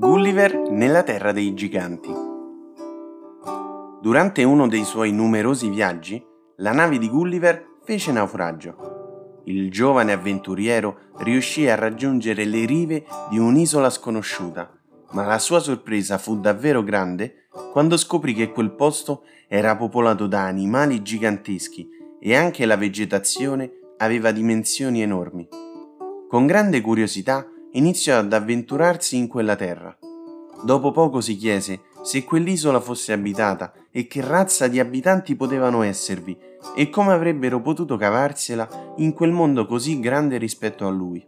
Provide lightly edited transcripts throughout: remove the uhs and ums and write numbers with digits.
Gulliver nella terra dei giganti. Durante uno dei suoi numerosi viaggi, la nave di Gulliver fece naufragio. Il giovane avventuriero riuscì a raggiungere le rive di un'isola sconosciuta, ma la sua sorpresa fu davvero grande quando scoprì che quel posto era popolato da animali giganteschi e anche la vegetazione aveva dimensioni enormi. Con grande curiosità iniziò ad avventurarsi in quella terra. Dopo poco si chiese se quell'isola fosse abitata e che razza di abitanti potevano esservi e come avrebbero potuto cavarsela in quel mondo così grande rispetto a lui.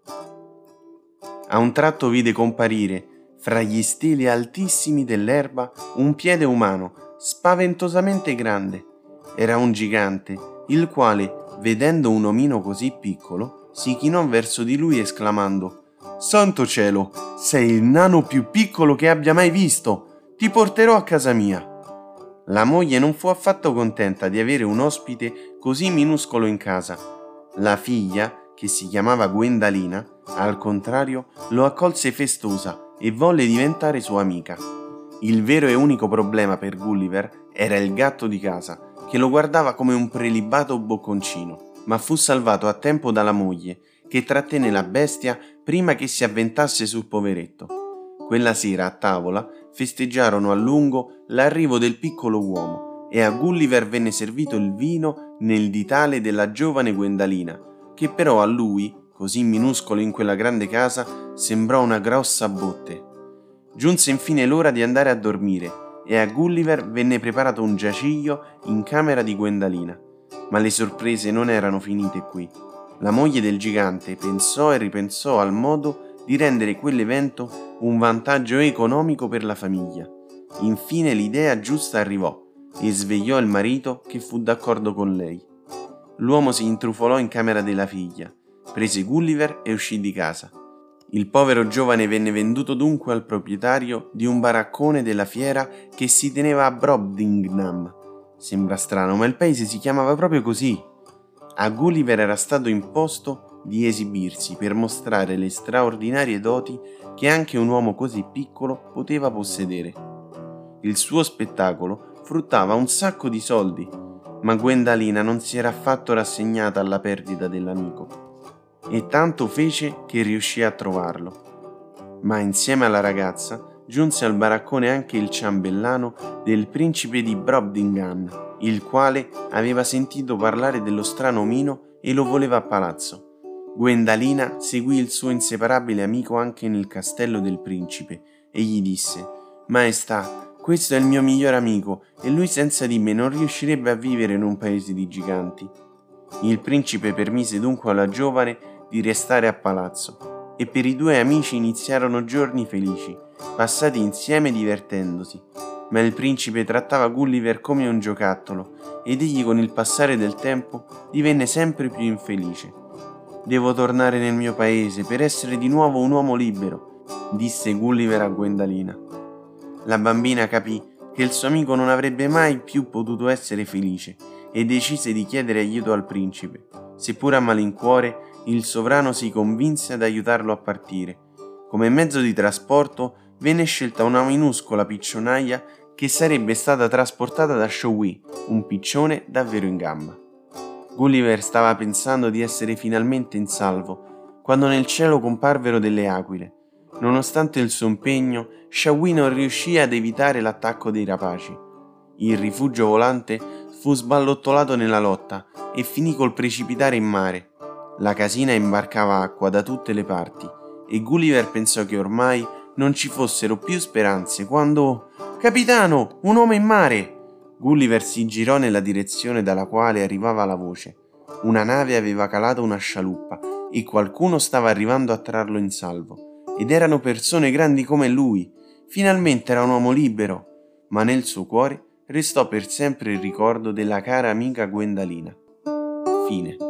A un tratto vide comparire, fra gli steli altissimi dell'erba, un piede umano, spaventosamente grande. Era un gigante, il quale, vedendo un omino così piccolo, si chinò verso di lui esclamando: «Santo cielo, sei il nano più piccolo che abbia mai visto! Ti porterò a casa mia!» La moglie non fu affatto contenta di avere un ospite così minuscolo in casa. La figlia, che si chiamava Gwendalina, al contrario, lo accolse festosa e volle diventare sua amica. Il vero e unico problema per Gulliver era il gatto di casa, che lo guardava come un prelibato bocconcino, ma fu salvato a tempo dalla moglie, che trattenne la bestia prima che si avventasse sul poveretto. Quella sera a tavola festeggiarono a lungo l'arrivo del piccolo uomo e a Gulliver venne servito il vino nel ditale della giovane Gwendalina, che però a lui, così minuscolo in quella grande casa, sembrò una grossa botte. Giunse infine l'ora di andare a dormire e a Gulliver venne preparato un giaciglio in camera di Gwendalina. Ma le sorprese non erano finite qui. La moglie del gigante pensò e ripensò al modo di rendere quell'evento un vantaggio economico per la famiglia. Infine l'idea giusta arrivò e svegliò il marito, che fu d'accordo con lei. L'uomo si intrufolò in camera della figlia, prese Gulliver e uscì di casa. Il povero giovane venne venduto dunque al proprietario di un baraccone della fiera che si teneva a Brobdingnam. Sembra strano, ma il paese si chiamava proprio così. A Gulliver era stato imposto di esibirsi per mostrare le straordinarie doti che anche un uomo così piccolo poteva possedere. Il suo spettacolo fruttava un sacco di soldi, ma Gwendalina non si era affatto rassegnata alla perdita dell'amico, e tanto fece che riuscì a trovarlo. Ma insieme alla ragazza giunse al baraccone anche il ciambellano del principe di Brobdingnam, il quale aveva sentito parlare dello strano omino e lo voleva a palazzo. Gwendalina seguì il suo inseparabile amico anche nel castello del principe e gli disse: «Maestà, questo è il mio migliore amico e lui senza di me non riuscirebbe a vivere in un paese di giganti». Il principe permise dunque alla giovane di restare a palazzo e per i due amici iniziarono giorni felici, passati insieme divertendosi. Ma il principe trattava Gulliver come un giocattolo ed egli con il passare del tempo divenne sempre più infelice. «Devo tornare nel mio paese per essere di nuovo un uomo libero», disse Gulliver a Gwendalina. La bambina capì che il suo amico non avrebbe mai più potuto essere felice e decise di chiedere aiuto al principe. Seppur a malincuore, il sovrano si convinse ad aiutarlo a partire. Come mezzo di trasporto venne scelta una minuscola piccionaia che sarebbe stata trasportata da Showee, un piccione davvero in gamba. Gulliver stava pensando di essere finalmente in salvo, quando nel cielo comparvero delle aquile. Nonostante il suo impegno, Shawee non riuscì ad evitare l'attacco dei rapaci. Il rifugio volante fu sballottolato nella lotta e finì col precipitare in mare. La casina imbarcava acqua da tutte le parti e Gulliver pensò che ormai non ci fossero più speranze quando... «Capitano, un uomo in mare!» Gulliver si girò nella direzione dalla quale arrivava la voce. Una nave aveva calato una scialuppa e qualcuno stava arrivando a trarlo in salvo. Ed erano persone grandi come lui. Finalmente era un uomo libero. Ma nel suo cuore restò per sempre il ricordo della cara amica Gwendalina. Fine.